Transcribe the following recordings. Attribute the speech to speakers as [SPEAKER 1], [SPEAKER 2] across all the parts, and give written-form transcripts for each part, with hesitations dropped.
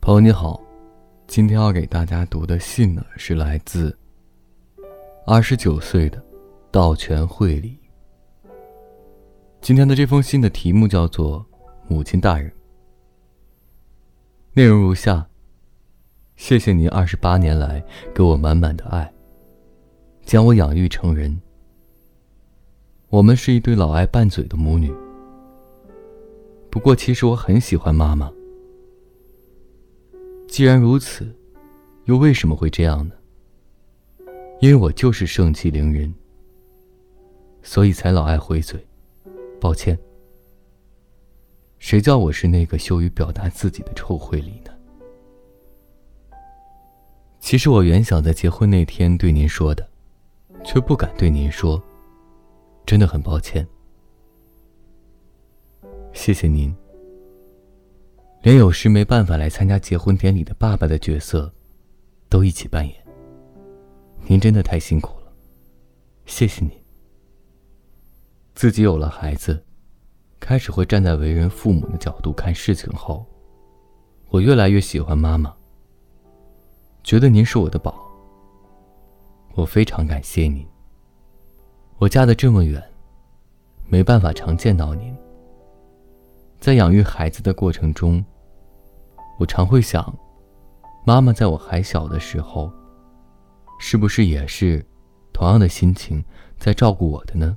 [SPEAKER 1] 朋友你好，今天要给大家读的信呢，是来自29岁的道泉惠理。今天的这封信的题目叫做母亲大人。内容如下：谢谢您28年来给我满满的爱，将我养育成人。我们是一对老爱拌嘴的母女，不过其实我很喜欢妈妈。既然如此，又为什么会这样呢？因为我就是盛气凌人，所以才老爱回嘴。抱歉，谁叫我是那个羞于表达自己的臭惠理呢？其实我原想在结婚那天对您说的，却不敢对您说，真的很抱歉。谢谢您，连有时没办法来参加结婚典礼的爸爸的角色都一起扮演，您真的太辛苦了，谢谢您。自己有了孩子，开始会站在为人父母的角度看事情后，我越来越喜欢妈妈，觉得您是我的宝。我非常感谢您。我嫁得这么远，没办法常见到您。在养育孩子的过程中，我常会想，妈妈在我还小的时候，是不是也是同样的心情在照顾我的呢？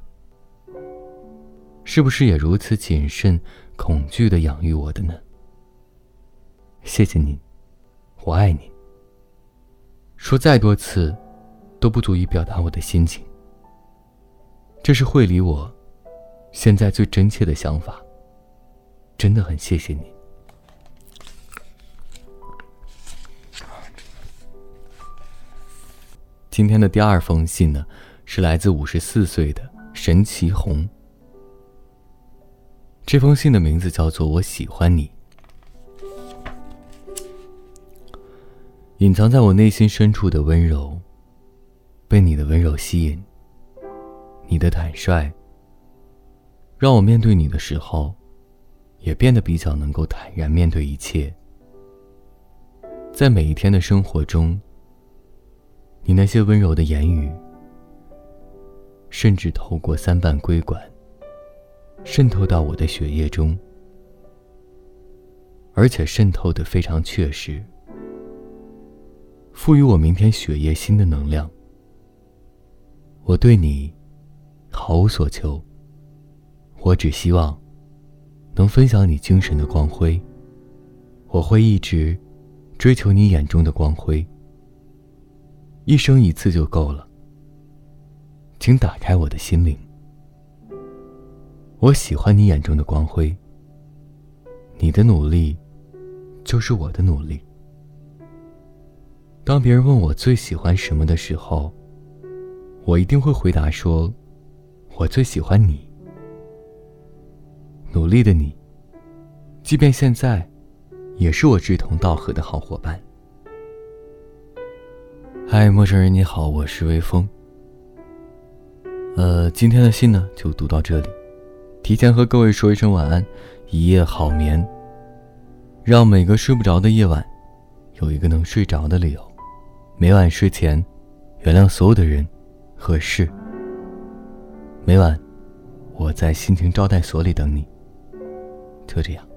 [SPEAKER 1] 是不是也如此谨慎、恐惧地养育我的呢？谢谢您，我爱您。说再多次，都不足以表达我的心情。这是惠理我现在最真切的想法，真的很谢谢你。今天的第二封信呢，是来自54岁的神奇红。这封信的名字叫做我喜欢你。隐藏在我内心深处的温柔，被你的温柔吸引。你的坦率，让我面对你的时候，也变得比较能够坦然面对一切。在每一天的生活中，你那些温柔的言语，甚至透过3瓣硅管渗透到我的血液中，而且渗透得非常确实，赋予我明天血液新的能量。我对你毫无所求，我只希望能分享你精神的光辉，我会一直追求你眼中的光辉，一生一次就够了。请打开我的心灵，我喜欢你眼中的光辉，你的努力就是我的努力。当别人问我最喜欢什么的时候，我一定会回答说，我最喜欢你。努力的你，即便现在也是我志同道合的好伙伴。嗨，陌生人你好，我是微风。今天的信呢就读到这里，提前和各位说一声晚安，一夜好眠，让每个睡不着的夜晚有一个能睡着的理由。每晚睡前原谅所有的人和事。每晚我在心情招待所里等你，就这样。